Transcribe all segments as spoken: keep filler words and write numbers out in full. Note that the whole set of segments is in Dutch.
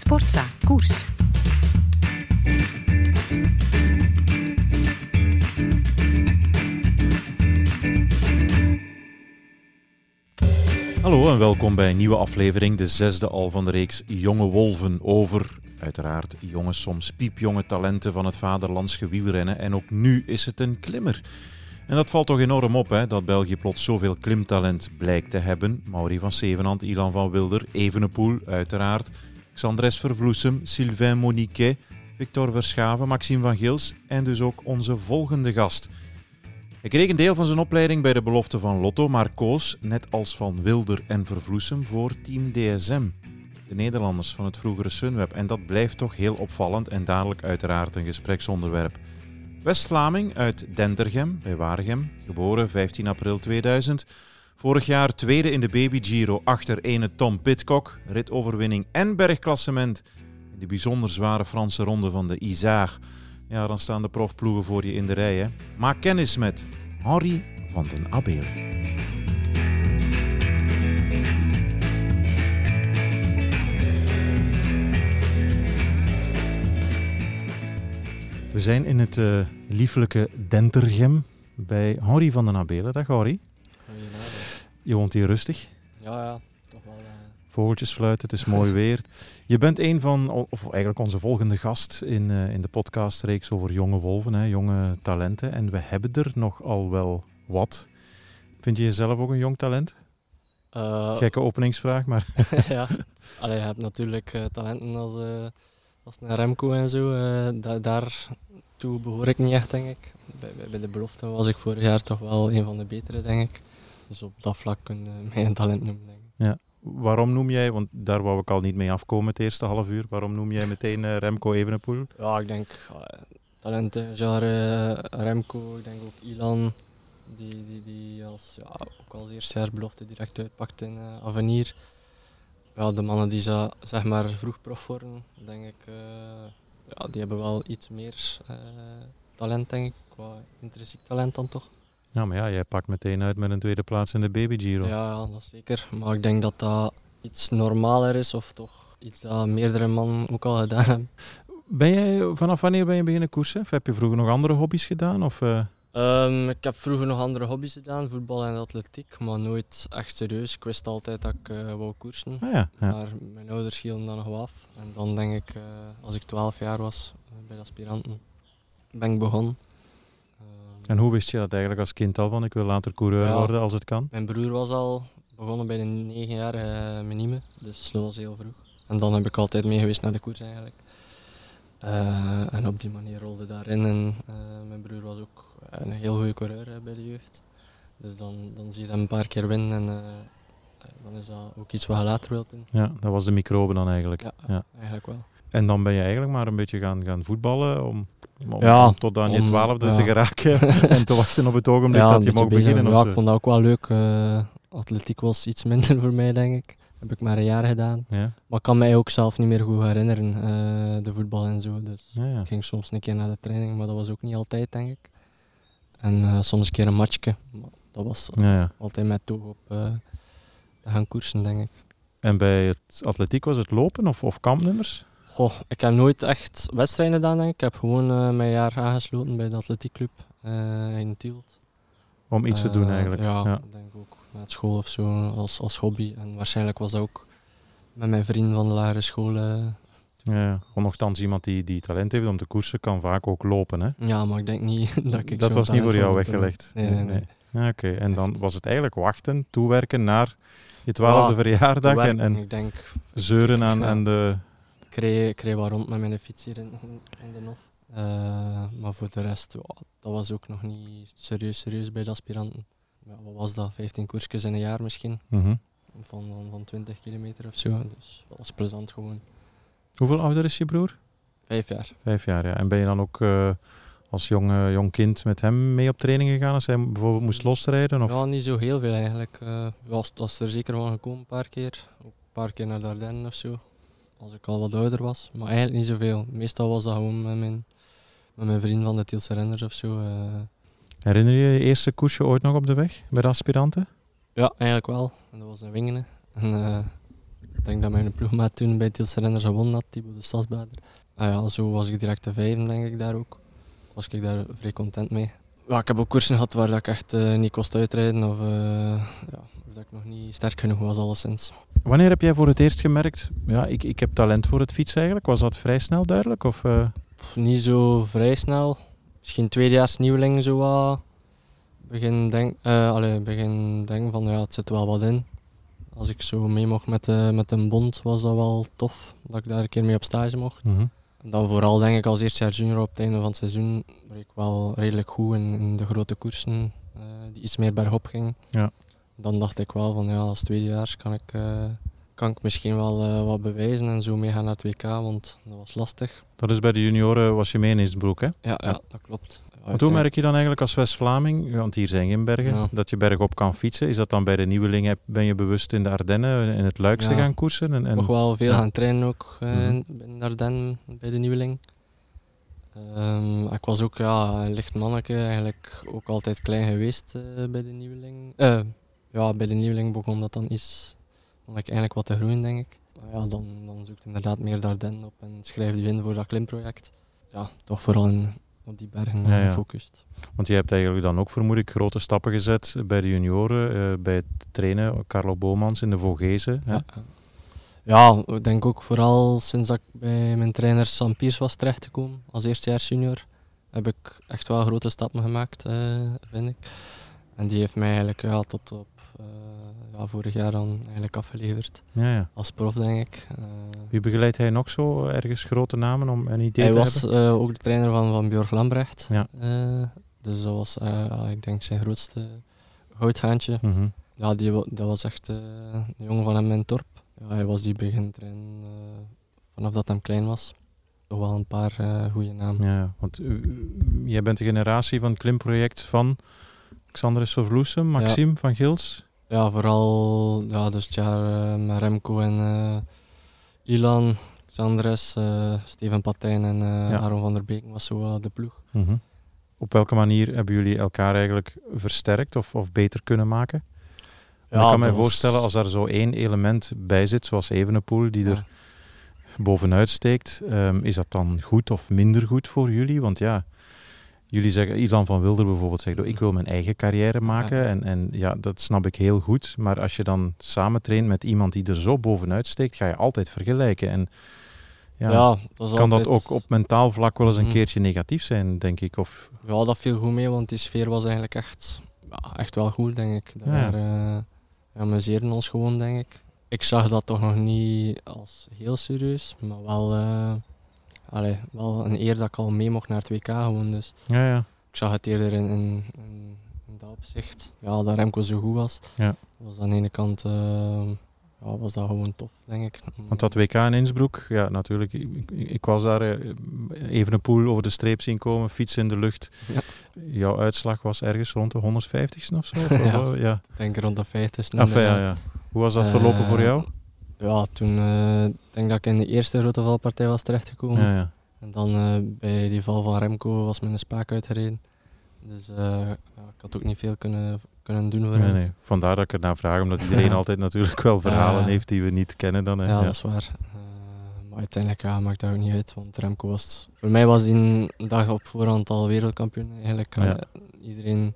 Sportza Koers. Hallo en welkom bij een nieuwe aflevering, de zesde al van de reeks Jonge Wolven over, uiteraard, jonge, soms piepjonge talenten van het vaderlands wielrennen. En ook nu is het een klimmer. En dat valt toch enorm op, hè, dat België plots zoveel klimtalent blijkt te hebben. Maury van Sevenant, Ilan van Wilder, Evenepoel, uiteraard, Xandres Vervloesem, Sylvain Moniquet, Victor Verschaven, Maxime van Gils en dus ook onze volgende gast. Hij kreeg een deel van zijn opleiding bij de belofte van Lotto, maar koos, net als van Wilder en Vervloesem, voor Team D S M. De Nederlanders van het vroegere Sunweb. En dat blijft toch heel opvallend en dadelijk uiteraard een gespreksonderwerp. West-Vlaming uit Dendergem bij Waregem, geboren vijftien april tweeduizend. Vorig jaar tweede in de Baby Giro achter ene Tom Pidcock. Ritoverwinning en bergklassement in de bijzonder zware Franse ronde van de Isère. Ja, dan staan de profploegen voor je in de rij. Hè. Maak kennis met Henri van den Abelen. We zijn in het uh, lieflijke Dendergem bij Henri van den Abelen. Dag Henri. Goedenavond. Je woont hier rustig. Ja, ja, toch wel. Uh... Vogeltjes fluiten, het is mooi weer. Je bent een van, of eigenlijk onze volgende gast in, uh, in de podcastreeks over jonge wolven, hè, jonge talenten. En we hebben er nogal wel wat. Vind je jezelf ook een jong talent? Uh... Gekke openingsvraag, maar... ja, allee, je hebt natuurlijk uh, talenten als, uh, als een Remco en zo. Uh, da- daartoe behoor ik niet echt, denk ik. Bij, bij, bij de belofte was ik vorig jaar toch wel een van de betere, denk ik. Dus op dat vlak kun je mij een talent noemen, denk ik. Ja. Waarom noem jij, want daar wou ik al niet mee afkomen het eerste half uur, waarom noem jij meteen uh, Remco Evenepoel? Ja, ik denk uh, talenten, genre uh, Remco, ik denk ook Ilan, die, die, die als, ja, ook als eerstejaarsbelofte direct uitpakt in uh, Avenir. Ja, de mannen die zo, zeg maar vroeg prof worden, denk ik, uh, ja, die hebben wel iets meer uh, talent, denk ik, qua intrinsiek talent dan toch. Ja, maar ja, jij pakt meteen uit met een tweede plaats in de Baby Giro. Ja, ja, dat is zeker. Maar ik denk dat dat iets normaler is, of toch iets dat meerdere mannen ook al gedaan hebben. Ben jij, vanaf wanneer ben je beginnen koersen? Of heb je vroeger nog andere hobby's gedaan? Of, uh... um, ik heb vroeger nog andere hobby's gedaan, voetbal en atletiek, maar nooit echt serieus. Ik wist altijd dat ik uh, wou koersen, ah, ja, ja. maar mijn ouders hielden dat nog wel af. En dan denk ik, uh, als ik twaalf jaar was, uh, bij de aspiranten, ben ik begonnen. En hoe wist je dat eigenlijk als kind al, van ik wil later coureur ja, worden als het kan? Mijn broer was al begonnen bij de negenjarige Menime, dus dat was heel vroeg. En dan heb ik altijd mee geweest naar de koers eigenlijk. Uh, en op die manier rolde daarin. En uh, mijn broer was ook een heel goede coureur uh, bij de jeugd. Dus dan, dan zie je hem een paar keer winnen en uh, dan is dat ook iets wat je later wilt doen. Ja, dat was de microbe dan eigenlijk. Ja, ja, eigenlijk wel. En dan ben je eigenlijk maar een beetje gaan, gaan voetballen om, om, ja, om tot aan je om, twaalfde ja. te geraken en te wachten op het ogenblik ja, dat je mag beginnen. Ja, of ik vond dat ook wel leuk. Uh, atletiek was iets minder voor mij, denk ik. Heb ik maar een jaar gedaan. Ja. Maar ik kan mij ook zelf niet meer goed herinneren, uh, de voetbal en zo. Dus ja, ja. ik ging soms een keer naar de training, maar dat was ook niet altijd, denk ik. En uh, soms een keer een matchje. Maar dat was uh, ja, ja. altijd met toog op uh, te gaan koersen, denk ik. En bij het atletiek was het lopen of, of kampnummers? Goh, ik heb nooit echt wedstrijden gedaan, denk ik. Ik heb gewoon uh, mijn jaar aangesloten bij de atletiekclub uh, in Tielt. Om iets uh, te doen eigenlijk. Ja, ja. ik denk ook met school of zo, als, als hobby. En waarschijnlijk was dat ook met mijn vrienden van de lagere school. Uh, ja, nogthans iemand die, die talent heeft om te koersen, kan vaak ook lopen, hè? Ja, maar ik denk niet dat ik Dat was niet voor jou weggelegd? Nee, nee, nee. nee. Ja, Oké, okay. En dan was het eigenlijk wachten, toewerken naar je twaalfde ja, verjaardag toewerken, en, en ik denk, zeuren aan, ja. aan de... Ik reed, ik reed wat rond met mijn fiets hier in, in de Nof. Uh, maar voor de rest, wow, dat was ook nog niet serieus, serieus bij de aspiranten. Ja, wat was dat? vijftien koersjes in een jaar misschien? Mm-hmm. Van, van, van twintig kilometer of zo. Dus dat was plezant gewoon. Hoeveel ouder is je broer? Vijf jaar. Vijf jaar, ja. En ben je dan ook uh, als jong, uh, jong kind met hem mee op training gegaan als hij bijvoorbeeld moest losrijden? Of? Ja, niet zo heel veel eigenlijk. Uh, was, was er zeker van gekomen een paar keer. Ook een paar keer naar de Ardennen of zo. Als ik al wat ouder was. Maar eigenlijk niet zoveel. Meestal was dat gewoon met mijn, met mijn vriend van de Tielse renners of zo. Uh. Herinner je je eerste koersje ooit nog op de weg bij de aspiranten? Ja, eigenlijk wel. En dat was in Wingenen. En, uh, Ik denk dat mijn ploegmaat toen bij Tielse Renners gewonnen had, Thibaut de Stadsbader. Ah ja, zo was ik direct de vijfde, denk ik, daar ook. Was ik daar vrij content mee. Ja, ik heb ook koersen gehad waar dat ik echt uh, niet kost uitrijden of, uh, ja, of dat ik nog niet sterk genoeg was, alleszins. Wanneer heb jij voor het eerst gemerkt, ja, ik, ik heb talent voor het fietsen eigenlijk? Was dat vrij snel duidelijk? Of, uh... Pff, niet zo vrij snel. Misschien tweedejaars nieuweling zo wat. Begin denk, uh, allee, begin denken van ja, het zit wel wat in. Als ik zo mee mocht met, de, met een bond was dat wel tof, dat ik daar een keer mee op stage mocht. Mm-hmm. En dan vooral denk ik als eerstejaars junior op het einde van het seizoen waar ik wel redelijk goed in, in de grote koersen uh, die iets meer bergop ging. Ja. Dan dacht ik wel van ja, als tweedejaars kan ik, uh, kan ik misschien wel uh, wat bewijzen en zo meegaan naar het W K, want dat was lastig. Dat is bij de junioren was je mee in Innsbruck, hè? Ja, ja, ja. dat klopt. Want hoe merk je dan eigenlijk als West-Vlaming, want hier zijn geen bergen, ja. dat je bergop kan fietsen? Is dat dan bij de nieuwelingen, ben je bewust in de Ardennen, in het Luikse ja. gaan koersen? En, en... Nog wel veel ja. gaan trainen ook uh, mm-hmm. in de Ardennen bij de nieuweling. Um, ik was ook ja, een licht manneke, eigenlijk ook altijd klein geweest uh, bij de nieuweling. Uh, ja, bij de nieuweling begon dat dan iets, vond ik eigenlijk wat te groeien, denk ik. Maar ja, dan, dan zoek ik inderdaad meer de Ardennen op en schrijf die in voor dat klimproject. Ja, toch vooral in, op die bergen ja, ja. gefocust. Want je hebt eigenlijk dan ook vermoed ik grote stappen gezet bij de junioren, uh, bij het trainen, Carlo Bomans in de Vogezen. Ja, ja, ik denk ook vooral sinds dat ik bij mijn trainer Sam Piers was terechtgekomen, als eerstejaars junior, heb ik echt wel grote stappen gemaakt, uh, vind ik. En die heeft mij eigenlijk ja, tot op uh, ja, vorig jaar dan eigenlijk afgeleverd. Ja, ja. Als prof, denk ik. Uh, Wie begeleidt hij nog zo ergens grote namen om een idee hij te was, hebben? Hij uh, was ook de trainer van, van Björk Lambrecht. Ja. Uh, dus dat was, uh, ik denk, zijn grootste goudhaantje. Mm-hmm. Ja, die, dat was echt uh, een jongen van hem in Torp. Ja, hij was die begintrainer uh, vanaf dat hij klein was. Toch wel een paar uh, goede namen. Ja, want uh, jij bent de generatie van het klimproject van Xander Vervloesem, Maxime ja. van Gils. Ja, vooral ja, dus het jaar uh, met Remco en uh, Ilan, Xandres, uh, Steven Patijn en uh, ja. Aaron van der Beek was zo uh, de ploeg. Mm-hmm. Op welke manier hebben jullie elkaar eigenlijk versterkt of, of beter kunnen maken? Ja, ik kan me voorstellen was... als er zo één element bij zit, zoals Evenepoel, die ja. er bovenuit steekt, um, is dat dan goed of minder goed voor jullie? Want ja, jullie zeggen, Ilan van Wilder bijvoorbeeld zegt, oh, ik wil mijn eigen carrière maken ja. En, en ja, dat snap ik heel goed. Maar als je dan samen traint met iemand die er zo bovenuit steekt, ga je altijd vergelijken. En ja, ja, dat kan altijd... dat ook op mentaal vlak wel eens een keertje negatief zijn, denk ik? Of... Ja, dat viel goed mee, want die sfeer was eigenlijk echt, ja, echt wel goed, denk ik. Daar ja. uh, we amuseerden ons gewoon, denk ik. Ik zag dat toch nog niet als heel serieus, maar wel, uh, allee, wel een eer dat ik al mee mocht naar het W K gewoon. Dus. Ja, ja. Ik zag het eerder in, in, in, in dat opzicht. Ja, dat Remco zo goed was. Ja. Was aan de ene kant uh, ja, was dat gewoon tof, denk ik. Want dat W K in Innsbruck, ja natuurlijk, ik, ik, ik was daar uh, Evenepoel over de streep zien komen, fietsen in de lucht. Ja. Jouw uitslag was ergens rond de honderdvijftigste of zo? ja, of, ja, ik denk rond de vijftigste. Enfin, ja, ja. Hoe was dat verlopen uh, voor jou? Ja, toen uh, denk dat ik in de eerste grote valpartij was terechtgekomen. Ja, ja. En dan uh, bij die val van Remco was mijn spaak uitgereden. Dus uh, ja, ik had ook niet veel kunnen, kunnen doen voor nee, hem. Nee. Vandaar dat ik er naar vraag, omdat iedereen altijd natuurlijk wel verhalen uh, heeft die we niet kennen. Dan, ja, ja, dat is waar. Uh, maar uiteindelijk ja, maakt dat ook niet uit, want Remco was... Voor mij was hij een dag op voorhand al wereldkampioen. Eigenlijk ja. uh, iedereen...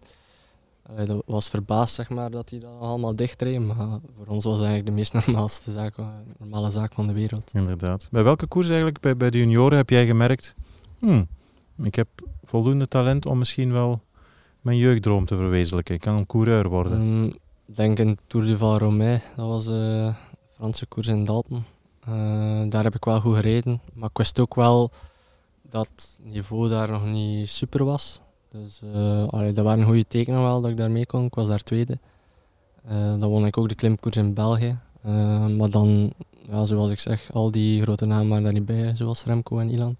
Uh, dat was verbaasd zeg maar, dat hij dat allemaal dicht reed, maar voor ons was het eigenlijk de meest normaalste zaak, uh, normale zaak van de wereld. Inderdaad. Bij welke koers eigenlijk, bij, bij de junioren, heb jij gemerkt, hmm, ik heb voldoende talent om misschien wel mijn jeugddroom te verwezenlijken. Ik kan een coureur worden. Um, ik denk in Tour du Val Romais, dat was een uh, Franse koers in Dalpen. Uh, daar heb ik wel goed gereden, maar ik wist ook wel dat het niveau daar nog niet super was. Dus uh, allee, dat waren goede tekenen wel dat ik daar mee kon. Ik was daar tweede. Uh, dan won ik ook de klimkoers in België. Uh, maar dan, ja, zoals ik zeg, al die grote namen waren daar niet bij, zoals Remco en Ilan.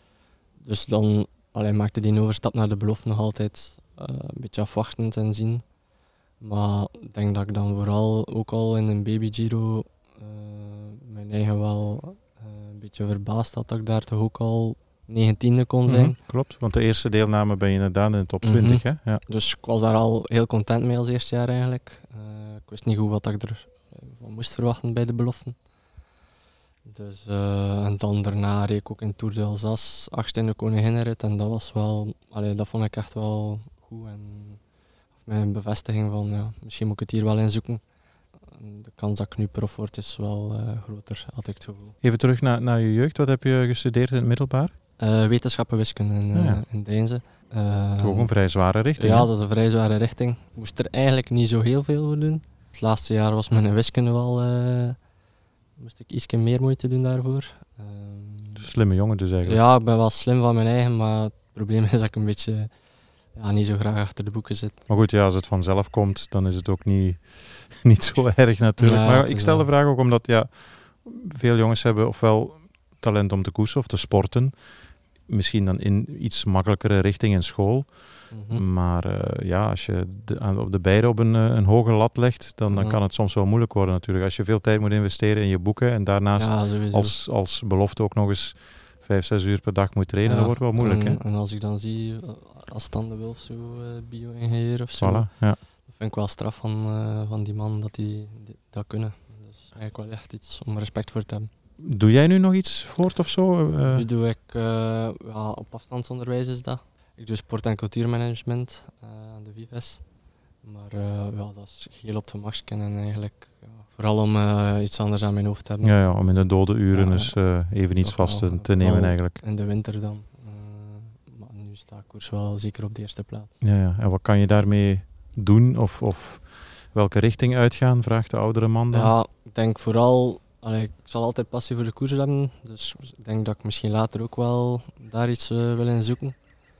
Dus dan allee, maakte die overstap naar de belofte nog altijd uh, een beetje afwachtend en zien. Maar ik denk dat ik dan vooral ook al in een baby Giro uh, mijn eigen wel uh, een beetje verbaasd had dat ik daar toch ook al negentiende kon zijn. Mm-hmm, klopt, want de eerste deelname ben je inderdaad in de top twintig. Mm-hmm. Hè? Ja. Dus ik was daar al heel content mee als eerste jaar eigenlijk. Uh, ik wist niet goed wat ik er van moest verwachten bij de beloften. Dus, uh, en dan daarna reed ik ook in Tour de Alsace, achtste in de Koninginnenrit. En dat was wel, allee, dat vond ik echt wel goed. En mijn bevestiging van, ja, misschien moet ik het hier wel inzoeken. De kans dat ik nu prof word is wel uh, groter, had ik het gevoel. Even terug naar, naar je jeugd. Wat heb je gestudeerd in het middelbaar? Uh, wetenschappen wiskunde in, uh, ja. in Deinze. Uh, Toch een vrij zware richting? Ja, hè? dat is een vrij zware richting. Ik moest er eigenlijk niet zo heel veel voor doen. Het laatste jaar was mijn wiskunde wel... Uh, moest ik iets meer moeite doen daarvoor. Uh, Slimme jongen dus eigenlijk. Ja, ik ben wel slim van mijn eigen, maar het probleem is dat ik een beetje... Ja, niet zo graag achter de boeken zit. Maar goed, ja, als het vanzelf komt, dan is het ook niet, niet zo erg natuurlijk. Ja, maar ik stel de vraag ook omdat ja, veel jongens hebben ofwel talent om te koersen of te sporten. Misschien dan in iets makkelijkere richting in school. Mm-hmm. Maar uh, ja, als je de, aan, op de beide op een, een hoge lat legt, dan, dan mm-hmm. kan het soms wel moeilijk worden natuurlijk. Als je veel tijd moet investeren in je boeken en daarnaast ja, als, als belofte ook nog eens vijf, zes uur per dag moet trainen, ja, dat wordt wel moeilijk. En, hè? en als ik dan zie, als Stan de Wulf zo uh, bio-ingenieur of zo, voilà, ja. dat vind ik wel straf van, uh, van die man dat die, die dat kunnen. Dus eigenlijk wel echt iets om respect voor te hebben. Doe jij nu nog iets voort of zo? Uh... Nu doe ik, uh, ja, op afstandsonderwijs is dat. Ik doe sport- en cultuurmanagement uh, aan de Vives. Maar uh, ja, dat is heel op de max en eigenlijk ja, vooral om uh, iets anders aan mijn hoofd te hebben. Ja, ja, om in de dode uren ja, dus uh, even iets vast te, te nemen eigenlijk. In de winter dan. Uh, maar nu staat koers wel zeker op de eerste plaats. Ja, ja. En wat kan je daarmee doen? Of, of welke richting uitgaan, vraagt de oudere man dan? Ja, ik denk vooral... Allee, ik zal altijd passie voor de koers hebben. Dus ik denk dat ik misschien later ook wel daar iets uh, wil in zoeken.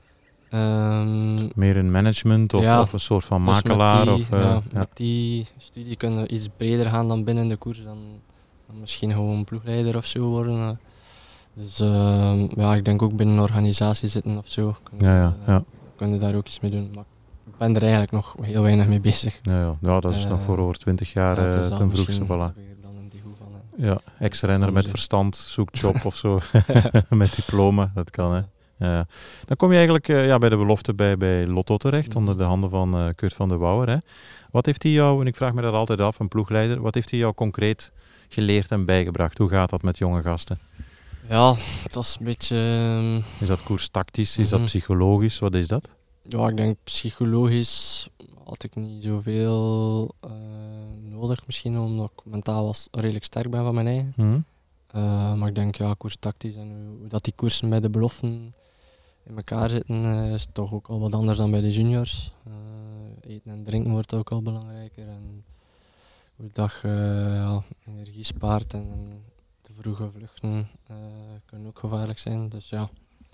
Um, Meer in management of, ja, of een soort van dus makelaar? Met die, of, uh, ja, ja. met die studie kunnen we iets breder gaan dan binnen de koers. Dan, dan misschien gewoon ploegleider of zo worden. Uh. Dus uh, ja, ik denk ook binnen een organisatie zitten of zo. Kunnen, ja, ja, ja. kunnen daar ook iets mee doen. Maar ik ben er eigenlijk nog heel weinig mee bezig. Ja, ja. ja dat is uh, nog voor over twintig jaar ja, uh, ten vroegste. Voilà. Ja, ex-renner met verstand, zoekt job of zo. Met diploma, dat kan hè. Ja. Dan kom je eigenlijk uh, ja, bij de belofte bij, bij Lotto terecht, mm-hmm. onder de handen van uh, Kurt van de Wouwer. Hè. Wat heeft hij jou, en ik vraag me dat altijd af, een ploegleider, wat heeft hij jou concreet geleerd en bijgebracht? Hoe gaat dat met jonge gasten? Ja, dat is een beetje... Uh, is dat koerstactisch, is mm-hmm. dat psychologisch, wat is dat? Ja, ik denk psychologisch had ik niet zoveel uh, nodig misschien, omdat ik mentaal was redelijk sterk ben van mijn eigen. Mm-hmm. Uh, maar ik denk, ja, koerstactisch en hoe, hoe dat die koersen bij de beloften in elkaar zitten, uh, is toch ook al wat anders dan bij de juniors. Uh, eten en drinken wordt ook al belangrijker. En hoe dat je uh, ja, energie spaart en, en te vroege vluchten uh, kunnen ook gevaarlijk zijn. Dus ja,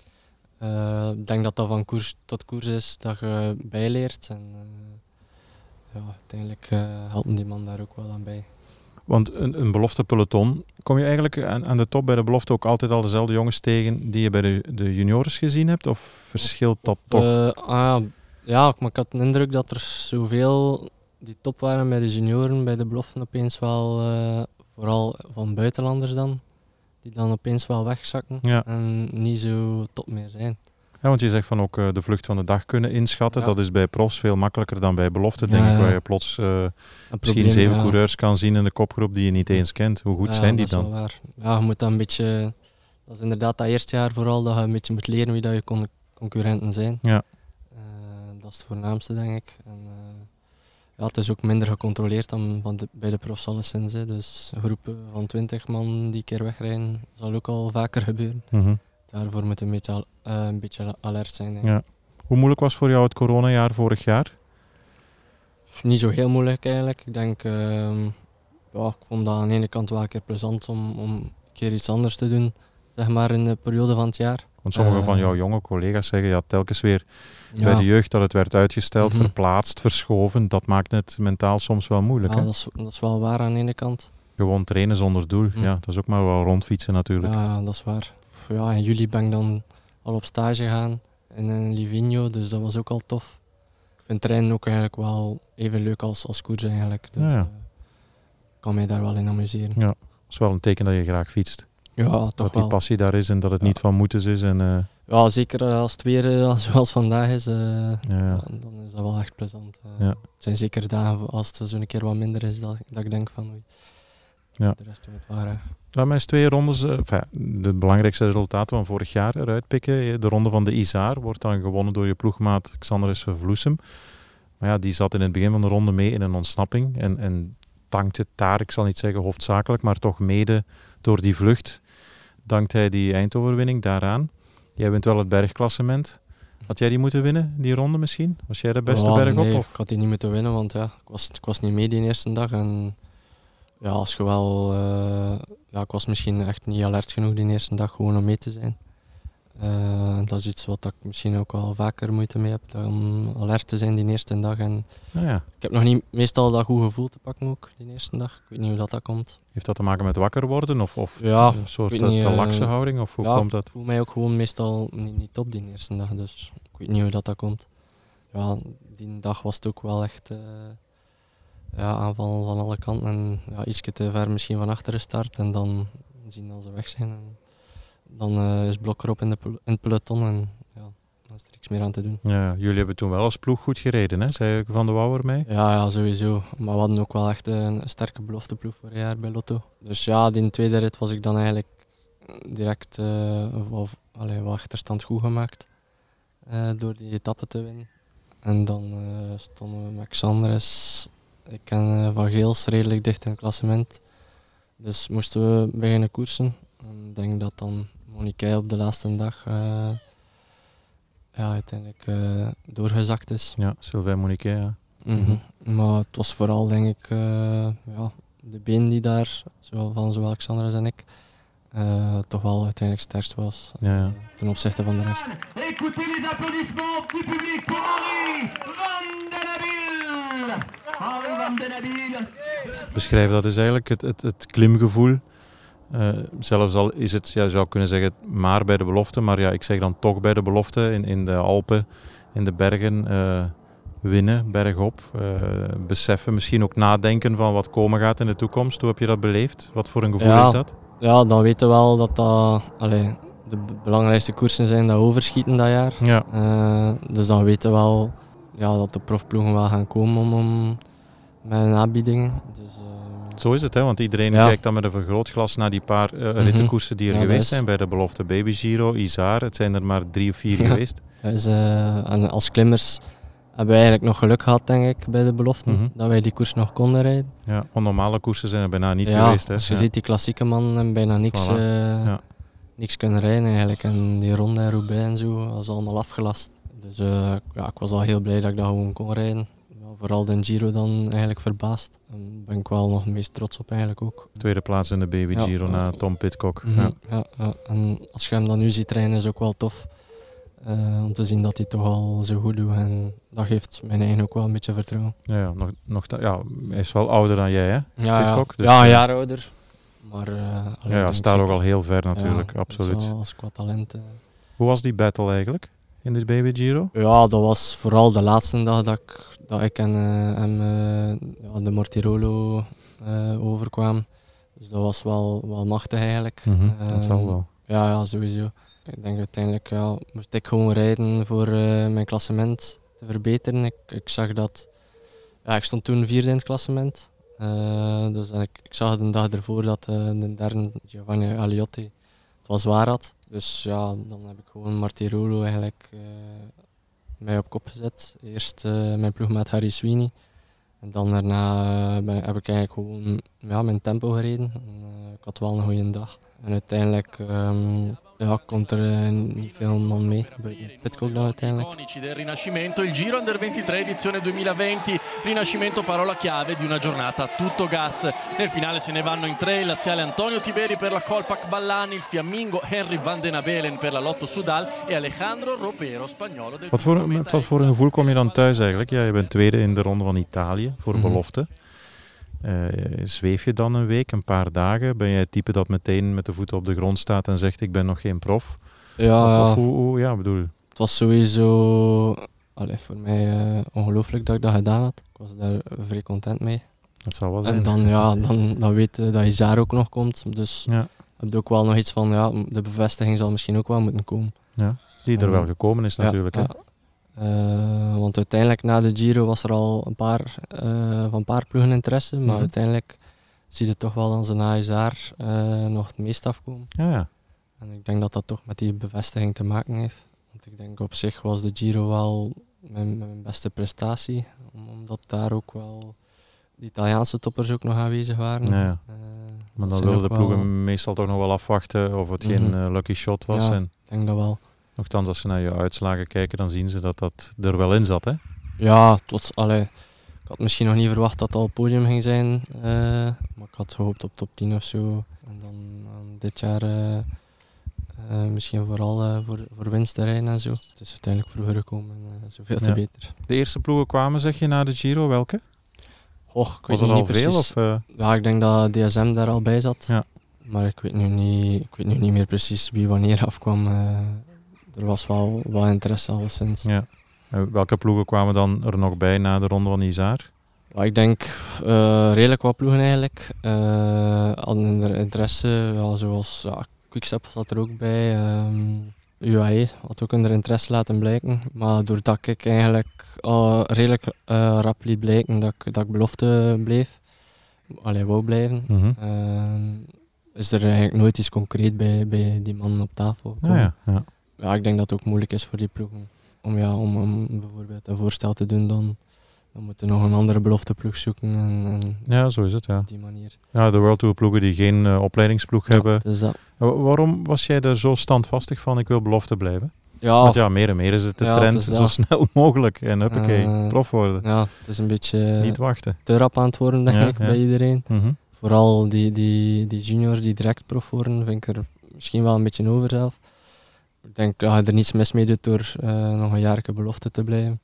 uh, ik denk dat dat van koers tot koers is dat je bijleert. En uh, ja, uiteindelijk uh, helpt die man daar ook wel aan bij. Want een, een belofte peloton, kom je eigenlijk aan, aan de top bij de belofte ook altijd al dezelfde jongens tegen die je bij de, de juniors gezien hebt? Of verschilt dat toch? Uh, ah, ja, maar ik had de indruk dat er zoveel die top waren bij de junioren, bij de beloften opeens wel, uh, vooral van buitenlanders dan, die dan opeens wel wegzakken ja. en niet zo top meer zijn. Ja, want je zegt van ook uh, de vlucht van de dag kunnen inschatten. Ja. Dat is bij profs veel makkelijker dan bij belofte, ja, denk ik. Ja. Waar je plots uh, misschien probleem, zeven ja. coureurs kan zien in de kopgroep die je niet eens kent. Hoe goed ja, zijn die dat dan? Is wel waar. Ja, je moet dan een beetje... Dat is inderdaad dat eerste jaar vooral dat je een beetje moet leren wie dat je con- concurrenten zijn. Ja. Uh, dat is het voornaamste, denk ik. En, uh, ja, het is ook minder gecontroleerd dan van de, bij de profs alleszins. Hè. Dus groepen van twintig man die een keer wegrijden, zal ook al vaker gebeuren. Mm-hmm. Daarvoor moet je een beetje, uh, een beetje alert zijn. Denk ik. Ja. Hoe moeilijk was voor jou het coronajaar vorig jaar? Niet zo heel moeilijk eigenlijk. Ik denk, uh, ja, ik vond dat aan de ene kant wel een keer plezant om, om een keer iets anders te doen, zeg maar in de periode van het jaar. Want sommige uh, van jouw jonge collega's zeggen ja, telkens weer ja. bij de jeugd dat het werd uitgesteld, mm-hmm. verplaatst, verschoven. Dat maakt het mentaal soms wel moeilijk. Ja, hè? Dat, is, dat is wel waar aan de ene kant. Gewoon trainen zonder doel, mm. ja, dat is ook maar wel rondfietsen natuurlijk. Ja, dat is waar. Ja, in juli ben ik dan al op stage gegaan in, in Livigno, dus dat was ook al tof. Ik vind trainen ook eigenlijk wel even leuk als, als koers eigenlijk. Dus, ja, ja. Uh, ik kan mij daar wel in amuseren. Ja, dat is wel een teken dat je graag fietst. Ja, toch dat die wel. passie daar is en dat het ja. niet van moeten is. En, uh... Ja, zeker als het weer uh, zoals vandaag is, uh, ja, ja. dan is dat wel echt plezant. Uh, ja. Het zijn zeker dagen als het zo een keer wat minder is, dat, dat ik denk van oei, Ja. De rest doen we het wel graag. Laat mij eens twee rondes, uh, enfin, de belangrijkste resultaten van vorig jaar eruit pikken. De ronde van de Isar wordt dan gewonnen door je ploegmaat Xanderis Vloesem. Maar ja, die zat in het begin van de ronde mee in een ontsnapping. En, en dankte daar, ik zal niet zeggen hoofdzakelijk, maar toch mede door die vlucht, dankt hij die eindoverwinning daaraan. Jij wint wel het bergklassement. Had jij die moeten winnen, die ronde misschien? Was jij de beste ja, berg op? Nee, of? ik had die niet moeten winnen, want ja, ik, was, ik was niet mee die eerste dag. En ja, als je wel, uh, ja, ik was misschien echt niet alert genoeg die eerste dag gewoon om mee te zijn. Uh, dat is iets wat ik misschien ook wel vaker moeite mee heb, om alert te zijn die eerste dag. En ah, ja. Ik heb nog niet meestal dat goed gevoel te pakken ook, die eerste dag. Ik weet niet hoe dat, dat komt. Heeft dat te maken met wakker worden of, of ja, een soort niet, te, te uh, lakse houding? Of hoe ja, komt dat? Ik voel mij ook gewoon meestal niet, niet op die eerste dag, dus ik weet niet hoe dat, dat komt. Ja, die dag was het ook wel echt uh, ja, aanval van alle kanten en ja, iets te ver misschien van achteren start en dan zien dat ze weg zijn. En dan uh, is Blok erop in, de pel- in het peloton en ja, dan is er niks meer aan te doen. Ja, jullie hebben toen wel als ploeg goed gereden, hè? Zei Van de Wouwer mee? Ja, ja, sowieso. Maar we hadden ook wel echt een sterke belofteploeg vorig jaar bij Lotto. Dus ja, die tweede rit was ik dan eigenlijk direct uh, of, of, allee, wat achterstand goed gemaakt uh, door die etappe te winnen. En dan uh, stonden we met Xanderis, ik en uh, Van Geels redelijk dicht in het klassement. Dus moesten we beginnen koersen. En ik denk dat dan Monique op de laatste dag uh, ja, uiteindelijk uh, doorgezakt is. Ja, Sylvain Monique, ja. Mm-hmm. Maar het was vooral denk ik uh, ja, de been die daar, zowel van zowel Xanderis en ik, uh, toch wel uiteindelijk sterkst was ja, ja. Uh, ten opzichte van de rest. Écoutez les applaudissements du public pour Henri Van den Abil. Henri Van den Abil. Beschrijf dat is eigenlijk het, het, het klimgevoel. Uh, zelfs al is het, ja, je zou kunnen zeggen, maar bij de belofte, maar ja, ik zeg dan toch bij de belofte in, in de Alpen, in de bergen, uh, winnen, bergop, uh, beseffen, misschien ook nadenken van wat komen gaat in de toekomst. Hoe heb je dat beleefd? Wat voor een gevoel ja, is dat? Ja, dan weten we wel dat dat allee, de b- belangrijkste koersen zijn dat overschieten dat jaar. Ja. Uh, dus dan weten we wel ja, dat de profploegen wel gaan komen om, om met een aanbiedingen. Dus, uh, Zo is het, hè? Want iedereen ja. kijkt dan met een vergrootglas naar die paar uh, Mm-hmm. rittenkoersen die er ja, geweest is... zijn bij de belofte Baby Giro, Isar. Het zijn er maar drie of vier ja. geweest. Dus, uh, en als klimmers hebben wij eigenlijk nog geluk gehad, denk ik, bij de beloften, Mm-hmm. dat wij die koers nog konden rijden. Ja, want normale koersen zijn er bijna niet ja, geweest. Hè? Als je ja. ziet, die klassieke mannen hebben bijna niks, Voilà. uh, ja. niks kunnen rijden eigenlijk. En die ronde en Roubaix en zo, dat is allemaal afgelast. Dus uh, ja, ik was al heel blij dat ik dat gewoon kon rijden. Ja, vooral de Giro dan eigenlijk verbaasd. Daar ben ik wel nog het meest trots op eigenlijk ook. Tweede plaats in de Baby ja, Giro uh, na Tom Pidcock. Mm-hmm, ja. Ja, ja. En als je hem dan nu ziet rijden is ook wel tof. Uh, om te zien dat hij toch al zo goed doet. En dat geeft mijn eigen ook wel een beetje vertrouwen. Ja, ja, nog, nog, ja, hij is wel ouder dan jij, hè? Ja, Pidcock, ja. dus, ja een jaar ouder. Maar uh, ja, ja, staat ook al heel ver natuurlijk, ja, absoluut. Zo, als qua talent. Uh. Hoe was die battle eigenlijk in de Baby Giro? Ja, dat was vooral de laatste dag dat ik, dat ik en uh, hem uh, ja, de Mortirolo uh, overkwam. Dus dat was wel, wel machtig eigenlijk. Mm-hmm, uh, dat zal wel. Ja, ja, sowieso. Ik denk uiteindelijk ja, moest ik gewoon rijden voor uh, mijn klassement te verbeteren. Ik, ik zag dat... Ja, ik stond toen vierde in het klassement. Uh, dus ik, ik zag de dag ervoor dat uh, de derde Giovanni Aliotti het wel zwaar had. Dus ja, dan heb ik gewoon Martirolo eigenlijk uh, mij op kop gezet. Eerst uh, mijn ploegmaat Harry Sweeney. En dan daarna uh, ben, heb ik eigenlijk gewoon ja, mijn tempo gereden. En, uh, ik had wel een goede dag. En uiteindelijk um, ja, komt er uh, niet veel man mee. Pidcock dan uiteindelijk. Del Rinascimento, il Giro Under ventitré edizione duemilaventi. Rinascimento, parola chiave di una giornata tutto gas. Nel finale se ne vanno in tre, il laziale Antonio Tiberi per la Colpac Ballani, il fiammingo Henri Van den Abelen per la Lotto Soudal e Alejandro Ropero, Spagnolo del wat voor, met wat voor een gevoel kom je dan thuis eigenlijk? Ja, je bent tweede in de ronde van Italië voor mm-hmm. belofte. Uh, zweef je dan een week, een paar dagen? Ben jij het type dat meteen met de voeten op de grond staat en zegt ik ben nog geen prof? Ja, of, of hoe, hoe, ja, bedoel. Het was sowieso allee, voor mij uh, ongelooflijk dat ik dat gedaan had. Ik was daar vrij content mee. Dat zal wel zijn. En dan, ja, dan, dan weet je dat Isar ook nog komt. Dus ja. heb je ook wel nog iets van, ja, de bevestiging zal misschien ook wel moeten komen. Ja, die er um, wel gekomen is natuurlijk. Ja, hè? Ja. Uh, want uiteindelijk na de Giro was er al een paar, uh, van een paar ploegen interesse, maar mm-hmm. uiteindelijk zie je toch wel dat ze na je jaar uh, nog het meest afkomen. Ja, ja. En ik denk dat dat toch met die bevestiging te maken heeft. Want ik denk op zich was de Giro wel mijn, mijn beste prestatie. Omdat daar ook wel de Italiaanse toppers ook nog aanwezig waren. Ja, ja. Uh, maar dan wilden de ploegen wel meestal toch nog wel afwachten of het mm-hmm. geen uh, lucky shot was. Ja, en ik denk dat wel. Nochtans, als ze naar je uitslagen kijken, dan zien ze dat dat er wel in zat, hè? Ja, het was, allee, ik had misschien nog niet verwacht dat het al op het podium ging zijn. Uh, maar ik had gehoopt op top tien of zo. En dan uh, dit jaar uh, uh, misschien vooral uh, voor, voor winst te rijden en zo. Het is uiteindelijk vroeger gekomen en uh, zoveel te ja. beter. De eerste ploegen kwamen, zeg je, na de Giro. Welke? Och, ik was weet er al niet veel? Precies. Of, uh... Ja, ik denk dat D S M daar al bij zat. Ja. Maar ik weet, nu niet, ik weet nu niet meer precies wie wanneer afkwam. Uh, er was wel, wel interesse al sinds. Ja. Uh, welke ploegen kwamen dan er nog bij na de ronde van Isar? Ja, ik denk uh, redelijk wat ploegen eigenlijk. Uh, hadden er interesse, ja, zoals ja, Quickstep zat er ook bij. Um, U A E had ook hun interesse laten blijken. Maar doordat ik eigenlijk uh, redelijk uh, rap liet blijken dat ik, dat ik belofte bleef, allee, wou blijven, mm-hmm. uh, is er eigenlijk nooit iets concreet bij, bij die mannen op tafel gekomen. Ja, ja, ja. Ja, ik denk dat het ook moeilijk is voor die ploegen om, ja, om, om bijvoorbeeld een voorstel te doen, dan, dan moeten we nog een andere belofteploeg zoeken. En, en ja, zo is het. Ja. Op die manier. Ja, de World Tour ploegen die geen uh, opleidingsploeg ja, hebben. Dus dat. Uh, waarom was jij er zo standvastig van, ik wil belofte blijven? Ja, Want ja, meer en meer is het de ja, trend het zo snel mogelijk. En huppakee, uh, prof worden. Ja, het is een beetje niet wachten. Te rap aan het worden, denk ja, ik, ja. bij iedereen. Mm-hmm. Vooral die, die, die juniors die direct prof worden, vind ik er misschien wel een beetje over zelf. Ik denk dat ja, je er niets mis mee doet door uh, nog een jaarlijke belofte te blijven.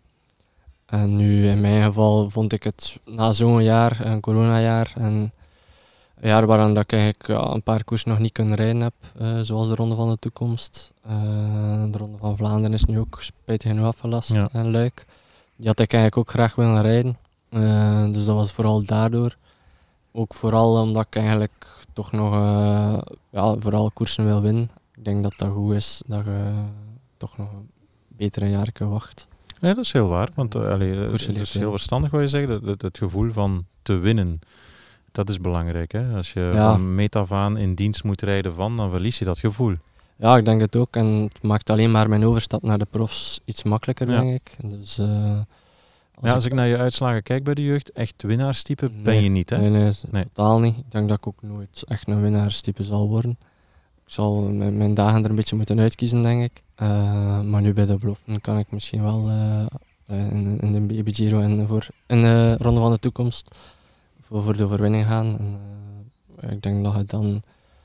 En nu in mijn geval vond ik het na zo'n jaar, een coronajaar, en een jaar waaraan dat ik eigenlijk ja, een paar koers nog niet kunnen rijden heb, uh, zoals de Ronde van de Toekomst. Uh, de Ronde van Vlaanderen is nu ook spijtig genoeg afgelast ja. en Luik. Die had ik eigenlijk ook graag willen rijden. Uh, dus dat was vooral daardoor. Ook vooral omdat ik eigenlijk toch nog uh, ja, vooral koersen wil winnen. Ik denk dat dat goed is, dat je toch nog een betere jaar kan wachten. Ja, dat is heel waar. Want uh, allee, het is heel verstandig wat je zegt. Het, het, het gevoel van te winnen, dat is belangrijk. Hè? Als je ja. van meet af aan in dienst moet rijden van, dan verlies je dat gevoel. Ja, ik denk het ook. En het maakt alleen maar mijn overstap naar de profs iets makkelijker, ja. denk ik. Dus, uh, als, ja, als ik, ik naar je uitslagen kijk bij de jeugd, echt winnaarstype nee, ben je niet, hè? Nee, nee, nee, totaal niet. Ik denk dat ik ook nooit echt een winnaarstype zal worden. Ik zal mijn, mijn dagen er een beetje moeten uitkiezen, denk ik. Uh, maar nu bij de beloften kan ik misschien wel uh, in, in de Baby Giro en voor in de Ronde van de Toekomst voor, voor de overwinning gaan. En, uh, ik denk dat het dan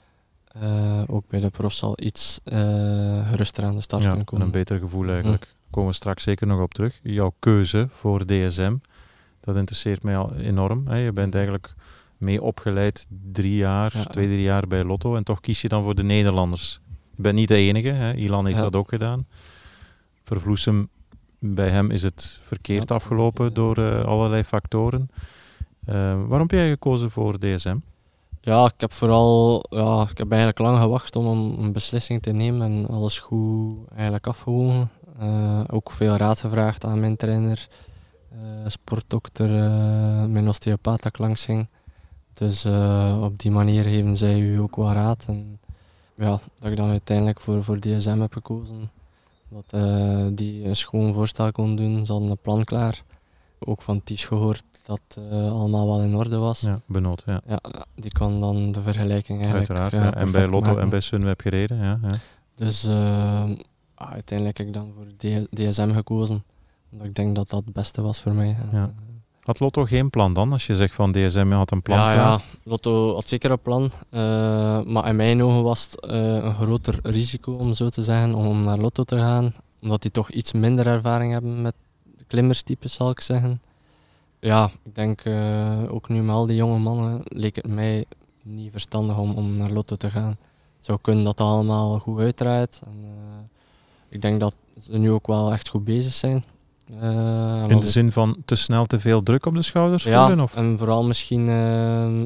uh, ook bij de profs al iets uh, geruster aan de start ja, kunnen komen. En een beter gevoel eigenlijk. Daar hm. komen we straks zeker nog op terug. Jouw keuze voor D S M, dat interesseert mij al enorm. Hè. Je bent eigenlijk mee opgeleid drie jaar, ja, twee, drie jaar bij Lotto en toch kies je dan voor de Nederlanders. Je bent niet de enige, hè. Ilan heeft ja. dat ook gedaan. Vervloesem, bij hem is het verkeerd ja. afgelopen door uh, allerlei factoren. Uh, waarom heb jij gekozen voor D S M? Ja, ik heb vooral, ja, ik heb eigenlijk lang gewacht om een beslissing te nemen en alles goed eigenlijk afgewogen. Uh, ook veel raad gevraagd aan mijn trainer, uh, sportdokter, uh, mijn osteopaat dat ik langs ging. Dus uh, op die manier geven zij u ook wat raad. En ja, dat ik dan uiteindelijk voor, voor D S M heb gekozen. Dat uh, die een schoon voorstel kon doen, ze hadden een plan klaar. Ook van Ties gehoord dat uh, allemaal wel in orde was. Ja, Benoot, ja. Ja, die kan dan de vergelijking eigenlijk uiteraard, ja, en bij Lotto maken. En bij Sunweb gereden, ja. ja. Dus uh, uiteindelijk heb ik dan voor D S M gekozen. Omdat ik denk dat dat het beste was voor mij. Ja. Had Lotto geen plan dan? Als je zegt van D S M had een plan ja, klaar? Ja, Lotto had zeker een plan. Uh, maar in mijn ogen was het uh, een groter risico, om zo te zeggen, om naar Lotto te gaan. Omdat die toch iets minder ervaring hebben met klimmerstypes, zal ik zeggen. Ja, ik denk uh, ook nu met al die jonge mannen leek het mij niet verstandig om, om naar Lotto te gaan. Het zou kunnen dat het allemaal goed uitdraait. En, uh, ik denk dat ze nu ook wel echt goed bezig zijn. Uh, In de zin ik... van te snel te veel druk op de schouders ja, voelen? Of? En vooral misschien uh,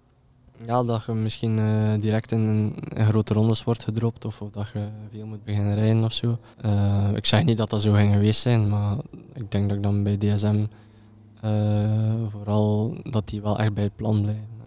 ja, dat je misschien uh, direct in, een, in grote rondes wordt gedropt of, of dat je veel moet beginnen rijden of zo. Uh, ik zeg niet dat dat zo ging geweest zijn, maar ik denk dat ik dan bij D S M uh, vooral dat die wel echt bij het plan blijven.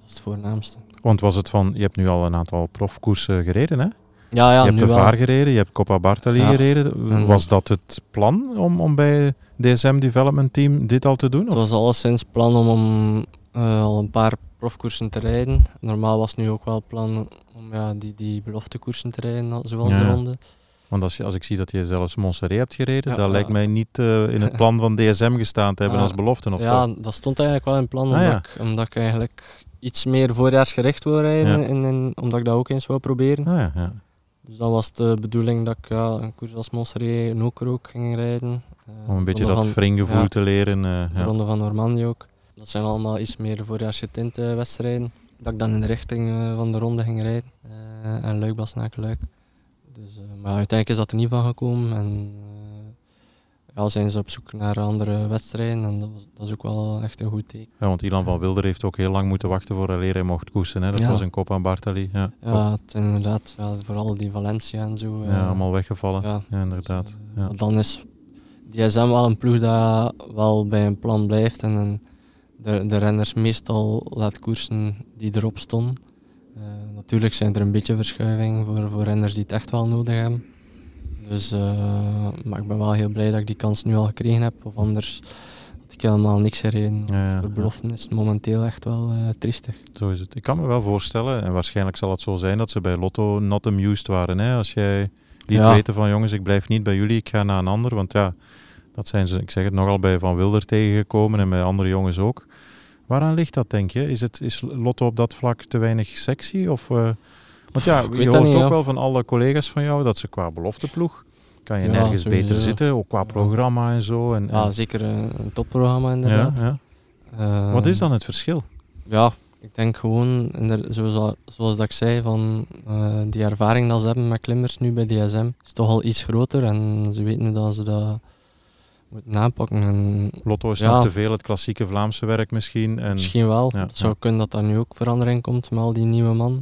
is het voornaamste. Want was het van, je hebt nu al een aantal profkoersen gereden, hè? Ja, ja, je hebt nu de wel. V A R gereden, je hebt Coppa Bartali Ja. gereden. En- Was dat het plan om, om bij D S M Development Team dit al te doen? Het Of? was alleszins plan om, om uh, al een paar profkoersen te rijden. Normaal was nu ook wel het plan om ja, die, die beloftekoersen te rijden, zoals Ja. de ronde. Want als, je, als ik zie dat je zelfs Montserrat hebt gereden, Ja, dat ja. lijkt mij niet uh, in het plan van D S M gestaan te hebben Ja. als belofte. Of Ja, toch? dat stond eigenlijk wel in plan, Ah, omdat, ja. ik, omdat ik eigenlijk iets meer voorjaarsgericht wil rijden. Ja. En, en, omdat ik dat ook eens wou proberen. Ah, ja, ja. Dus dan was de bedoeling dat ik ja, een koers als Montserrat en ook er ook ging rijden. Uh, Om een beetje ronde dat van- wringgevoel ja. te leren. Uh, De ja. ronde van Normandie ook. Dat zijn allemaal iets meer voorjaarsgetinte wedstrijden. Dat ik dan in de richting uh, van de ronde ging rijden. Uh, en Luik, Bastenaken, Luik. Dus, uh, maar uiteindelijk is dat er niet van gekomen. En uh, ja, zijn ze op zoek naar andere wedstrijden. En dat, was, dat is ook wel echt een goed teken. Ja, want Ilan van Wilder heeft ook heel lang moeten wachten voor hij mocht koersen. Hè? Dat Ja. was een Coppa Bartali. Ja, Ja, het, inderdaad. Ja, vooral die Valencia en zo. Uh, ja, allemaal weggevallen. Ja, ja. inderdaad. Dus, uh, Ja. maar dan is D S M wel een ploeg dat wel bij een plan blijft. En een, de, de renners meestal laat koersen die erop stonden. Uh, natuurlijk zijn er een beetje verschuivingen voor, voor renners die het echt wel nodig hebben. Dus, uh, maar ik ben wel heel blij dat ik die kans nu al gekregen heb. Of anders had ik helemaal niks gereden. Ja, ja, voor ja. beloften is het momenteel echt wel uh, triestig. Zo is het. Ik kan me wel voorstellen, en waarschijnlijk zal het zo zijn, dat ze bij Lotto not amused waren. Hè? Als jij liet Ja. weten van jongens, ik blijf niet bij jullie, ik ga naar een ander. Want ja, dat zijn ze, ik zeg het, nogal bij Van Wilder tegengekomen en bij andere jongens ook. Waaraan ligt dat, denk je? Is, het, is Lotto op dat vlak te weinig sexy? Of, uh, want ja, Ik weet je dat hoort niet, ook ja. wel van alle collega's van jou dat ze qua belofteploeg kan je Ja, nergens sowieso. beter zitten, ook qua Ja. programma en zo. En, Ja, en- zeker een, een topprogramma ja, inderdaad. ja. Uh, Wat is dan het verschil? Ja, ik denk gewoon, inder- zoals, zoals dat ik zei, van uh, die ervaring dat ze hebben met klimmers nu bij D S M is toch al iets groter en ze weten nu dat ze dat moeten aanpakken. En Lotto is Ja. nog te veel het klassieke Vlaamse werk misschien. En, misschien wel, ja, het zou ja. kunnen dat daar nu ook verandering komt met al die nieuwe man.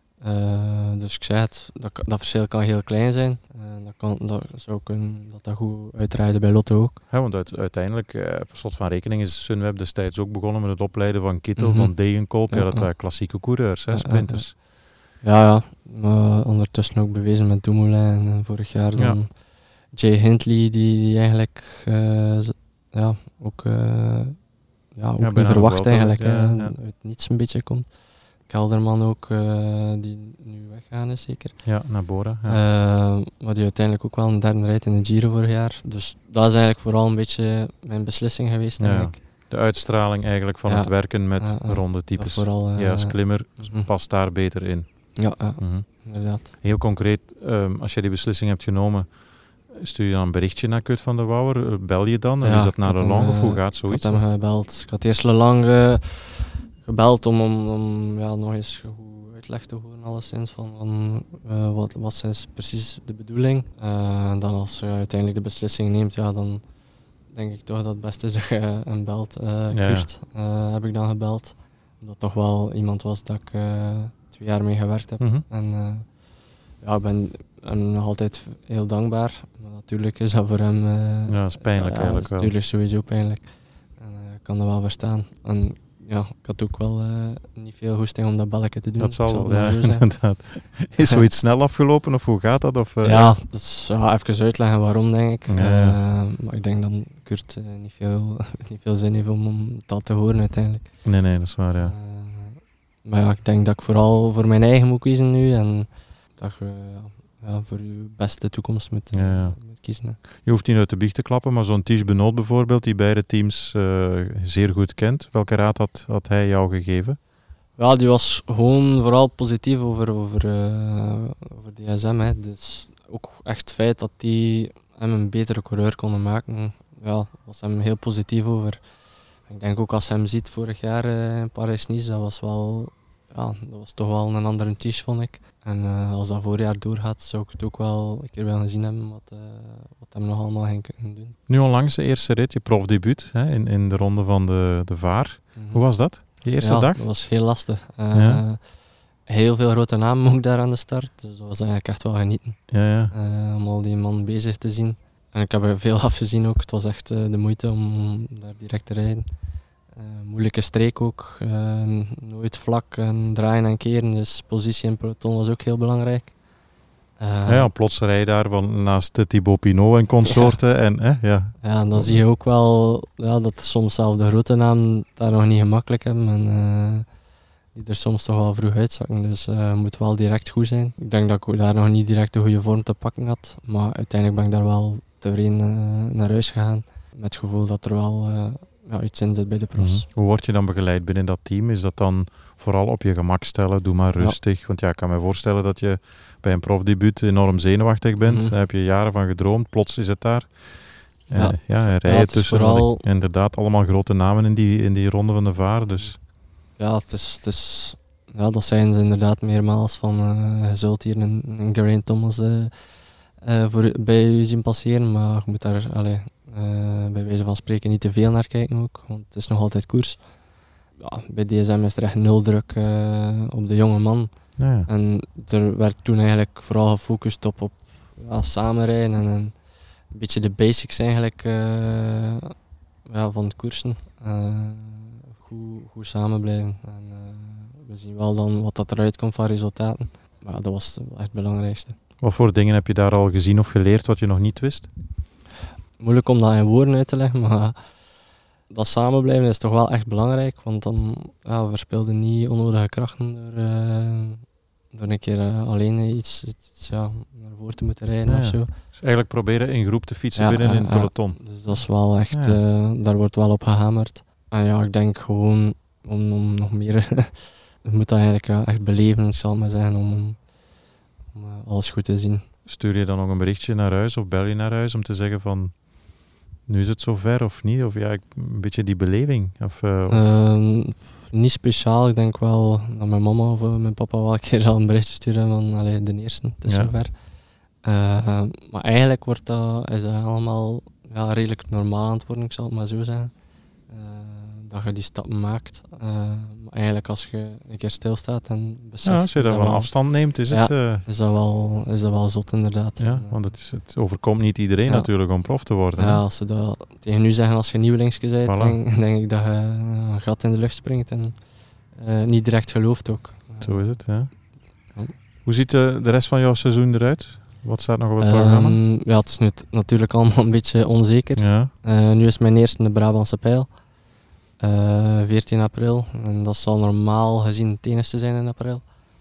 Uh, dus ik zei het, dat, ka- dat verschil kan heel klein zijn. Uh, dat, kan, dat zou kunnen dat dat goed uitdraaide bij Lotto ook. Ja, want uit- uiteindelijk, eh, per slot van rekening, is Sunweb destijds ook begonnen met het opleiden van Kittel, Mhm. van Degenkolb. Ja, Ja, dat ja. waren klassieke coureurs, hè, Ja, ja, sprinters. Ja, ja, maar ondertussen ook bewezen met Dumoulin en uh, vorig jaar dan Jay Hindley, die, die eigenlijk uh, z- ja, ook, uh, ja, ook Ja, niet bijna verwacht wel, eigenlijk, ja, hè, ja. uit niets een beetje komt. Kelderman ook, uh, die nu weggaan is zeker. Ja, naar Bora. Ja. Uh, maar die uiteindelijk ook wel een derde rijdt in de Giro vorig jaar. Dus dat is eigenlijk vooral een beetje mijn beslissing geweest Ja, eigenlijk. De uitstraling eigenlijk van Ja. het werken met Ja, ja. ronde Dat types. vooral, uh, Ja, als klimmer mhm. past daar beter in. Ja, ja, Mhm. inderdaad. Heel concreet, ehm, als je die beslissing hebt genomen, stuur je dan een berichtje naar Kurt van der Wouwer? Eh, Bel je dan? En Ja, is dat ik naar had de hem, long of hoe eh, gaat Ik zoiets? had hem gebeld. Ik had eerst Lelang uh, gebeld om, om, om ja, nog eens goed uitleg te horen alleszins van, van uh, wat, wat is precies de bedoeling. Uh, en dan als je uiteindelijk de beslissing neemt, ja, dan denk ik toch dat het beste is dat je hem belt. Uh, Ja. Kurt uh, heb ik dan gebeld. Omdat toch wel iemand was dat ik uh, twee jaar mee gewerkt heb. Mhm. En uh, ja, ik ben hem nog altijd heel dankbaar. Maar natuurlijk is dat voor hem... Uh, Ja, dat is pijnlijk ja, eigenlijk dat is wel. natuurlijk sowieso pijnlijk. En uh, ik kan dat wel verstaan. En ja, ik had ook wel uh, niet veel goesting om dat belletje te doen. Dat Ik zal het wel, ja, maar zo zeggen. inderdaad. Is zoiets snel afgelopen of hoe gaat dat? Of, uh, Ja, dus ja, even uitleggen waarom, denk ik. Ja, ja. Uh, maar ik denk dat Kurt uh, niet, veel, niet veel zin heeft om, om dat te horen uiteindelijk. Nee, nee, dat is waar, ja. Uh, maar ja, ik denk dat ik vooral voor mijn eigen moet kiezen nu. En dat je ja, voor je beste toekomst moet, uh, Ja, ja. moet kiezen. Hè. Je hoeft niet uit de biecht te klappen, maar zo'n Ties Benoot bijvoorbeeld, die beide teams uh, zeer goed kent. Welke raad had, had hij jou gegeven? Ja, die was gewoon vooral positief over, over, uh, over D S M. Hè. Dus ook echt het feit dat die hem een betere coureur konden maken, ja, was hem heel positief over. Ik denk ook als hij hem ziet vorig jaar uh, in Parijs-Nice, dat was wel, ja, dat was toch wel een andere Ties, vond ik. En uh, als dat voorjaar doorgaat, zou ik het ook wel een keer wel gezien hebben wat, uh, wat hem nog allemaal ging kunnen doen. Nu onlangs de eerste rit, je profdebuut hè, in, in de ronde van de, de V A R. Mm-hmm. Hoe was dat, die eerste ja, dag? Dat was heel lastig. Uh, Ja. Heel veel grote namen ook daar aan de start, dus dat was eigenlijk echt wel genieten. Ja, ja. Uh, om al die man bezig te zien. En ik heb er veel afgezien ook. Het was echt uh, de moeite om daar direct te rijden. Uh, moeilijke streek ook, uh, nooit vlak en draaien en keren, dus positie in peloton was ook heel belangrijk. Uh, ja, ja, plots rij je daar van naast Thibaut Pinot en consorten. Ja. En, eh, ja. ja, dan zie je ook wel ja, dat soms zelf de grote namen daar nog niet gemakkelijk hebben en uh, die er soms toch wel vroeg uitzakken, dus uh, moet wel direct goed zijn. Ik denk dat ik daar nog niet direct de goede vorm te pakken had, maar uiteindelijk ben ik daar wel tevreden uh, naar huis gegaan, met het gevoel dat er wel uh, ja, iets in zit bij de profs. Mm-hmm. Hoe word je dan begeleid binnen dat team? Is dat dan vooral op je gemak stellen, doe maar rustig? Ja. Want ja, ik kan me voorstellen dat je bij een profdebuut enorm zenuwachtig bent. Mm-hmm. Daar heb je jaren van gedroomd, plots is het daar. Ja, uh, ja rijden ja, tussen vooral... inderdaad allemaal grote namen in die, in die ronde van de Vaar. Dus. Ja, het is, het is, ja, dat zijn ze inderdaad meermaals van uh, je zult hier een, een Geraint Thomas uh, uh, voor, bij je zien passeren, maar je moet daar allee, uh, bij wijze van spreken niet te veel naar kijken ook, want het is nog altijd koers. Ja, bij D S M is er echt nul druk uh, op de jonge man. Ja. En er werd toen eigenlijk vooral gefocust op, op ja, samenrijden en, en een beetje de basics eigenlijk uh, ja, van het koersen. Uh, goed, goed samen blijven. En, uh, we zien wel dan wat dat eruit komt van resultaten. Maar ja, dat was echt het belangrijkste. Wat voor dingen heb je daar al gezien of geleerd wat je nog niet wist? Moeilijk om dat in woorden uit te leggen, maar dat samenblijven is toch wel echt belangrijk, want dan ja, verspilde niet onnodige krachten door, uh, door een keer uh, alleen iets, iets ja, naar voren te moeten rijden ja, of zo. Dus eigenlijk proberen in groep te fietsen ja, binnen uh, in het peloton. Ja, dus dat is wel echt, ja. uh, daar wordt wel op gehamerd. En ja, ik denk gewoon om, om nog meer, je moet dat eigenlijk ja, echt beleven, ik zal maar zeggen, om, om, om uh, alles goed te zien. Stuur je dan nog een berichtje naar huis of bel je naar huis om te zeggen van nu is het zover of niet? Of ja, een beetje die beleving? Of, uh, of... Uh, niet speciaal. Ik denk wel dat mijn mama of mijn papa wel een keer al een berichtje sturen van allee, de eerste, het is ja. zover. Uh, maar eigenlijk wordt dat, is dat allemaal ja, redelijk normaal aan het worden, ik zal het maar zo zeggen. Uh, dat je die stappen maakt. Uh, maar eigenlijk als je een keer stilstaat en beseft... Ja, als je daarvan afstand neemt, is, ja, het, uh... is, dat wel, is dat wel zot inderdaad. Ja, want het, is, het overkomt niet iedereen ja. natuurlijk om prof te worden. Ja, hè? Als ze dat tegen u zeggen als je nieuwelingsje bent, voilà. denk, denk ik dat je een gat in de lucht springt en uh, niet direct gelooft ook. Zo is het, ja. ja. Hoe ziet de, de rest van jouw seizoen eruit? Wat staat nog op het um, programma? Ja, het is nu t- natuurlijk allemaal een beetje onzeker. Ja. Uh, nu is mijn eerste de Brabantse Pijl. Uh, veertien april. En dat zal normaal gezien het enigste zijn in april.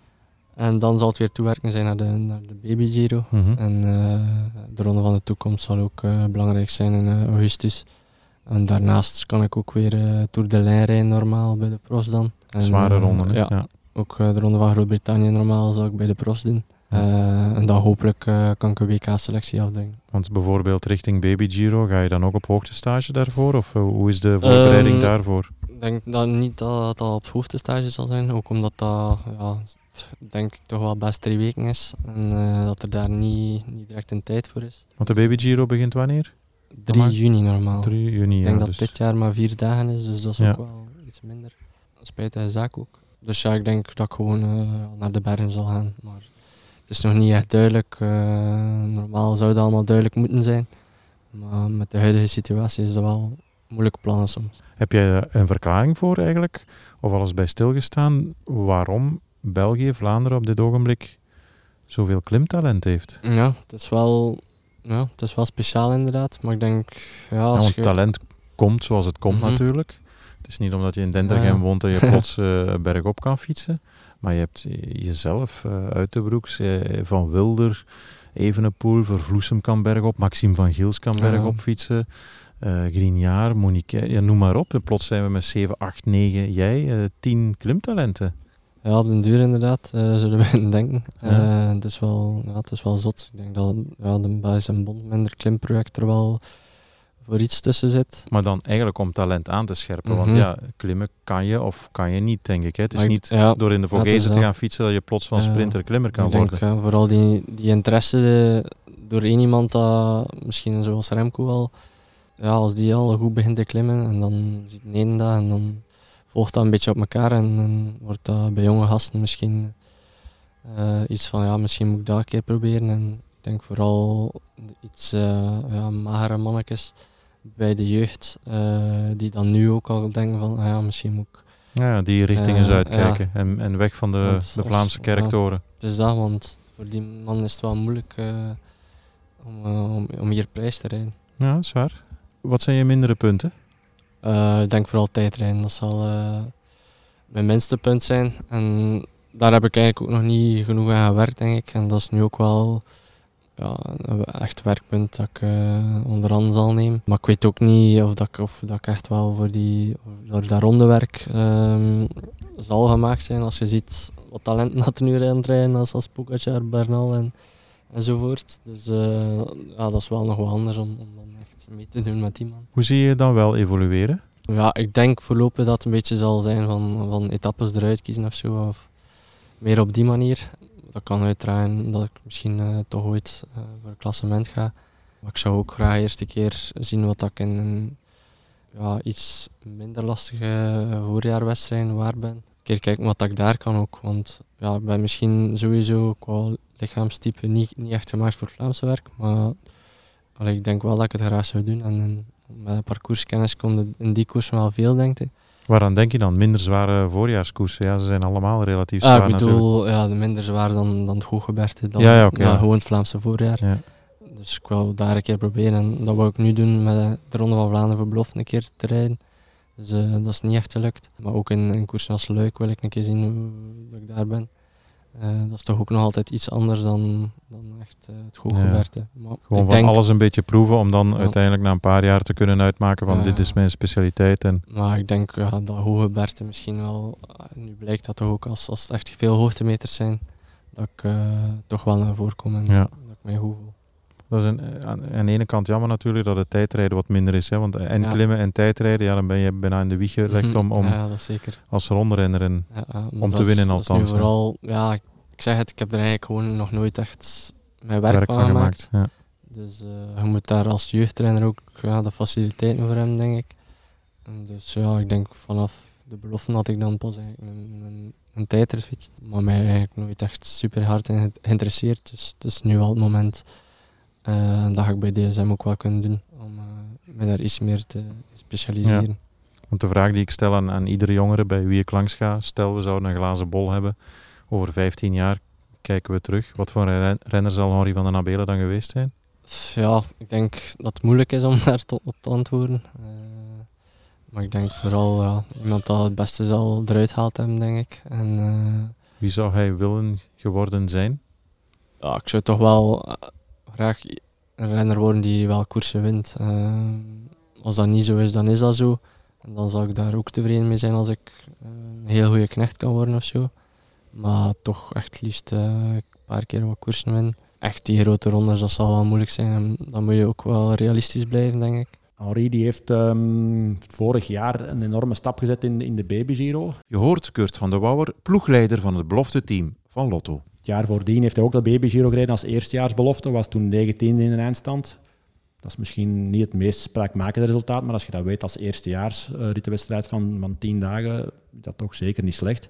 En dan zal het weer toewerken zijn naar de, naar de Baby Giro. Mm-hmm. En uh, de Ronde van de Toekomst zal ook uh, belangrijk zijn in uh, augustus. En daarnaast kan ik ook weer uh, Tour de Lijn rijden normaal bij de profs dan. En, zware ronde, uh, ja, ja. Ook uh, de Ronde van Groot-Brittannië normaal zal ik bij de profs doen. Uh, en dan hopelijk uh, kan ik een W K-selectie afdwingen. Want bijvoorbeeld richting Baby Giro, ga je dan ook op hoogtestage daarvoor? Of uh, hoe is de voorbereiding um, daarvoor? Ik denk dat niet dat dat op hoogtestage zal zijn. Ook omdat dat, ja, denk ik, toch wel best drie weken is. En uh, dat er daar niet, niet direct een tijd voor is. Want de Baby Giro begint wanneer? drie juni normaal. drie juni, ik denk ja, dat dus. dit jaar maar vier dagen is, dus dat is ja. ook wel iets minder. Spijtige zaak ook. Dus ja, ik denk dat ik gewoon uh, naar de bergen zal gaan. Maar het is nog niet echt duidelijk. Uh, normaal zou dat allemaal duidelijk moeten zijn. Maar met de huidige situatie is dat wel moeilijke plannen soms. Heb jij een verklaring voor eigenlijk? Of alles bij stilgestaan? Waarom België, Vlaanderen op dit ogenblik zoveel klimtalent heeft? Ja, het is wel, ja, het is wel speciaal inderdaad. Maar ik denk... Ja, als ja, want je... talent komt zoals het komt mm-hmm. natuurlijk. Het is niet omdat je in Dendergem ja. woont dat je plots uh, bergop kan fietsen. Maar je hebt jezelf, uh, Uitenbroeks, uh, Van Wilder, Evenepoel, Vervloesem kan bergop, Maxime van Gils kan bergop ja. fietsen, uh, Grignard, Monique, ja, noem maar op. En plots zijn we met zeven, acht, negen, jij, uh, tien klimtalenten. Ja, op den duur inderdaad, uh, zullen we denken. Ja. Uh, het, is wel, ja, het is wel zot. Ik denk dat ja, de Belgische Bond minder klimproject er wel voor iets tussen zit. Maar dan eigenlijk om talent aan te scherpen, mm-hmm. want ja, klimmen kan je of kan je niet, denk ik. Hè. Het is maar niet ja, door in de Vogezen te gaan fietsen dat je plots van sprinter klimmer kan ik worden. Denk, ja, vooral die, die interesse de, door één iemand dat, misschien zoals Remco al, ja, als die al goed begint te klimmen en dan ziet een ene dat en dan volgt dat een beetje op elkaar en dan wordt dat bij jonge gasten misschien uh, iets van, ja, misschien moet ik dat een keer proberen. En ik denk vooral iets uh, ja, magere mannetjes bij de jeugd, uh, die dan nu ook al denken van, ah ja, misschien moet ik... Ja, die richting eens uh, uitkijken ja. en, en weg van de, want, de Vlaamse als, kerktoren. Ja, het is dat, want voor die man is het wel moeilijk uh, om, uh, om, om hier prijs te rijden. Ja, dat is waar. Wat zijn je mindere punten? Uh, ik denk vooral tijdrijden, dat zal uh, mijn minste punt zijn. En daar heb ik eigenlijk ook nog niet genoeg aan gewerkt, denk ik. En dat is nu ook wel ja, een echt werkpunt dat ik uh, onder andere zal nemen. Maar ik weet ook niet of, dat ik, of dat ik echt wel voor, die, voor dat rondewerk um, zal gemaakt zijn. Als je ziet wat talenten dat er nu rijden, als, als Pogacar, Bernal en, enzovoort. Dus uh, ja, dat is wel nog wel anders om, om dan echt mee te doen met die man. Hoe zie je dan wel evolueren? Ja, ik denk voorlopig dat het een beetje zal zijn van, van etappes eruit kiezen of zo. Of meer op die manier. Dat kan uitdraaien dat ik misschien uh, toch ooit uh, voor een klassement ga. Maar ik zou ook graag de eerste keer zien wat ik in een ja, iets minder lastige voorjaarwedstrijd waar ben. Een keer kijken wat ik daar kan ook. Want ja, ik ben misschien sowieso qua lichaamstype niet, niet echt gemaakt voor Vlaamse werk. Maar allee, ik denk wel dat ik het graag zou doen. En, en met parcourskennis komt in die koers wel veel, denk ik. Waaraan denk je dan? Minder zware voorjaarskoersen? Ja, ze zijn allemaal relatief zwaar ah, ik bedoel, natuurlijk. Ja, minder zwaar dan, dan het Hooggebergte, dan ja, ja, okay, ja, ja. gewoon het Vlaamse voorjaar. Ja. Dus ik wil daar een keer proberen. En dat wil ik nu doen met de Ronde van Vlaanderen voor belofte een keer te rijden. Dus uh, dat is niet echt gelukt. Maar ook in, in koersen als Luik wil ik een keer zien hoe dat ik daar ben. Uh, dat is toch ook nog altijd iets anders dan, dan echt uh, het Hooggebergte. Ja. Gewoon van denk, alles een beetje proeven om dan ja. uiteindelijk na een paar jaar te kunnen uitmaken van ja. dit is mijn specialiteit. En maar ik denk ja, dat Hooggebergte misschien wel, uh, nu blijkt dat toch ook als, als het echt veel hoogtemeters zijn, dat ik uh, toch wel naar voren kom en ja. dat ik mij goed voel. Dat is een, aan, aan de ene kant jammer natuurlijk dat het tijdrijden wat minder is. Hè? Want en ja. klimmen en tijdrijden, ja, dan ben je bijna in de wieg gelegd om, om ja, dat zeker. als rondrenner en ja, ja, om te winnen is, althans. Dat is nu vooral, ja, ik zeg het, ik heb er eigenlijk gewoon nog nooit echt mijn werk, werk van, van gemaakt. gemaakt ja. Dus uh, je moet daar als jeugdtrainer ook ja, de faciliteiten voor hebben, denk ik. En dus ja, ik denk vanaf de belofte had ik dan pas eigenlijk een, een, een tijdritfiets. Maar mij eigenlijk nooit echt super hard in geïnteresseerd. Dus het is nu wel het moment uh, dat ik bij D S M ook wel kunnen doen. Om uh, me daar iets meer te specialiseren. Ja. Want de vraag die ik stel aan, aan iedere jongere bij wie ik langs ga. Stel we zouden een glazen bol hebben. Over vijftien jaar kijken we terug. Wat voor een renner zal Henri van den Abelen dan geweest zijn? Ja, ik denk dat het moeilijk is om daar to- op te antwoorden. Uh, maar ik denk vooral ja, iemand dat het beste zal eruit gehaald hebben, denk ik. En, uh, wie zou hij willen geworden zijn? Ja, ik zou toch wel uh, graag een renner worden die wel koersen wint. Uh, als dat niet zo is, dan is dat zo. En dan zal ik daar ook tevreden mee zijn als ik uh, een heel goede knecht kan worden of zo. Maar toch echt liefst uh, een paar keer wat koersen winnen. Echt die grote rondes, dat zal wel moeilijk zijn. En dan moet je ook wel realistisch blijven, denk ik. Henri die heeft um, vorig jaar een enorme stap gezet in, in de Baby Giro. Je hoort Kurt van de Wouwer, ploegleider van het belofteteam van Lotto. Het jaar voordien heeft hij ook de Baby Giro gereden als eerstejaarsbelofte. Was toen negentiende in de eindstand. Dat is misschien niet het meest spraakmakende resultaat, maar als je dat weet als eerstejaars uh, rittenwedstrijd van, van tien dagen, is dat toch zeker niet slecht.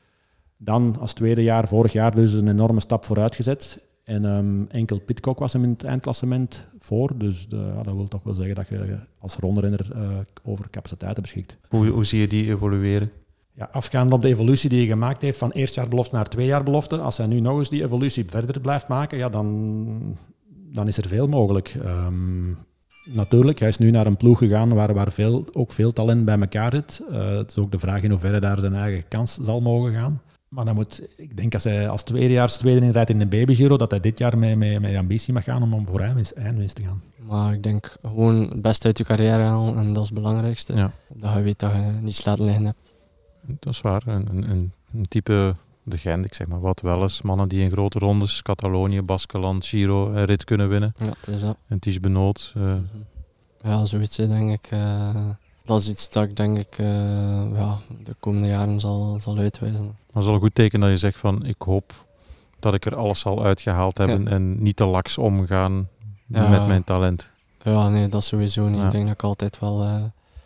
Dan als tweede jaar, vorig jaar dus een enorme stap vooruit gezet. En um, enkel Pidcock was hem in het eindklassement voor. Dus de, ja, dat wil toch wel zeggen dat je als rondrenner uh, over capaciteiten beschikt. Hoe, hoe zie je die evolueren? Ja, afgaand op de evolutie die hij gemaakt heeft van eerstjaarbelofte naar tweejaarbelofte. Als hij nu nog eens die evolutie verder blijft maken, ja, dan, dan is er veel mogelijk. Um, natuurlijk, hij is nu naar een ploeg gegaan waar, waar veel, ook veel talent bij elkaar zit. Uh, het is ook de vraag in hoeverre daar zijn eigen kans zal mogen gaan. Maar dan moet, ik denk als hij als tweedejaars tweede in rijdt in de Baby Giro, dat hij dit jaar met, met, met ambitie mag gaan om, om voor eindwinst, eindwinst te gaan. Maar ik denk gewoon het beste uit je carrière halen en dat is het belangrijkste. Ja. Dat je weet dat je niets laten liggen hebt. Dat is waar. Een, een, een type de Gent, ik zeg maar wat wel eens. Mannen die in grote rondes, Catalonië, Baskeland, Giro, een rit kunnen winnen. Ja, het is dat. En Ties Benoot. Uh. Mm-hmm. Ja, zoiets denk ik. Uh, dat is iets dat ik denk ik uh, ja, de komende jaren zal, zal uitwijzen. Maar het is al een goed teken dat je zegt van ik hoop dat ik er alles zal uitgehaald hebben ja. en niet te laks omgaan ja. met mijn talent. Ja, nee, dat sowieso niet. Ja. Ik denk dat ik altijd wel uh,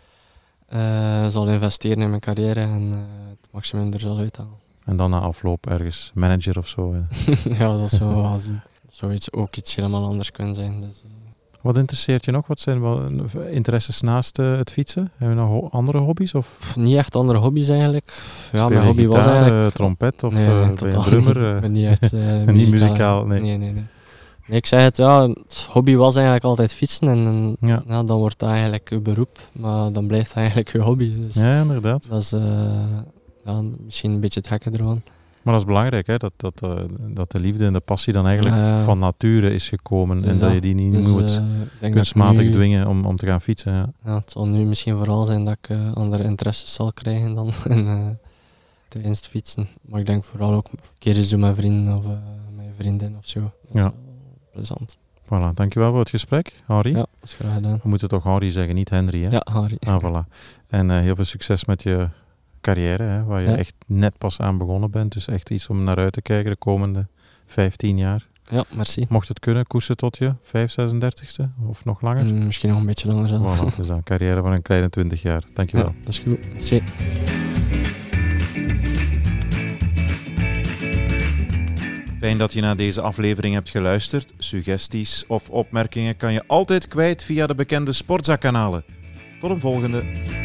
uh, zal investeren in mijn carrière en uh, het maximum er zal uithalen. En dan na afloop ergens manager of zo. Ja, ja dat zou wel zien. Dat zou iets, ook iets helemaal anders kunnen zijn. Dus, uh. Wat interesseert je nog? Wat zijn wel interesses naast uh, het fietsen? Hebben we nog ho- andere hobby's? Of? Pff, niet echt andere hobby's eigenlijk. Ja, Speel mijn je hobby gitaar, was eigenlijk... uh, trompet of nee, uh, nee, ben je totaal een drummer? niet. Uh, Ik ben niet echt uh, muzikaal. niet muzikaal, nee. nee. Nee, nee. Nee, ik zeg het, ja, het hobby was eigenlijk altijd fietsen en, en Ja. ja, dan wordt dat eigenlijk je beroep, maar dan blijft het eigenlijk je hobby. Dus Ja, inderdaad. dat is uh, ja, misschien een beetje het gekke ervan. Maar dat is belangrijk, hè? Dat, dat, uh, dat de liefde en de passie dan eigenlijk Ja, ja. van nature is gekomen Dus en dat ja. je die niet Dus, moet uh, ik denk dat kunstmatig ik nu, dwingen om, om te gaan fietsen. Ja. ja, het zal nu misschien vooral zijn dat ik uh, andere interesses zal krijgen dan in, uh, tijdens het fietsen. Maar ik denk vooral ook een keer eens doen met vrienden of uh, met vriendin of zo. Dat is Ja. wel plezant. Voilà, dankjewel voor het gesprek, Harry. Ja, dat is graag gedaan. We moeten toch Harry zeggen, niet Henry, hè? Ja, Harry. Ah, voilà. En uh, heel veel succes met je carrière, hè, waar je Ja. echt net pas aan begonnen bent. Dus echt iets om naar uit te kijken de komende vijftien jaar. Ja, merci. Mocht het kunnen, koersen tot je vijf zesendertigste of nog langer? Mm, misschien nog een beetje langer zelf. Voilà, dus een carrière van een kleine twintig jaar. Dankjewel. Ja, dat is goed. Merci. Fijn dat je naar deze aflevering hebt geluisterd. Suggesties of opmerkingen kan je altijd kwijt via de bekende Sportza-kanalen. Tot een volgende.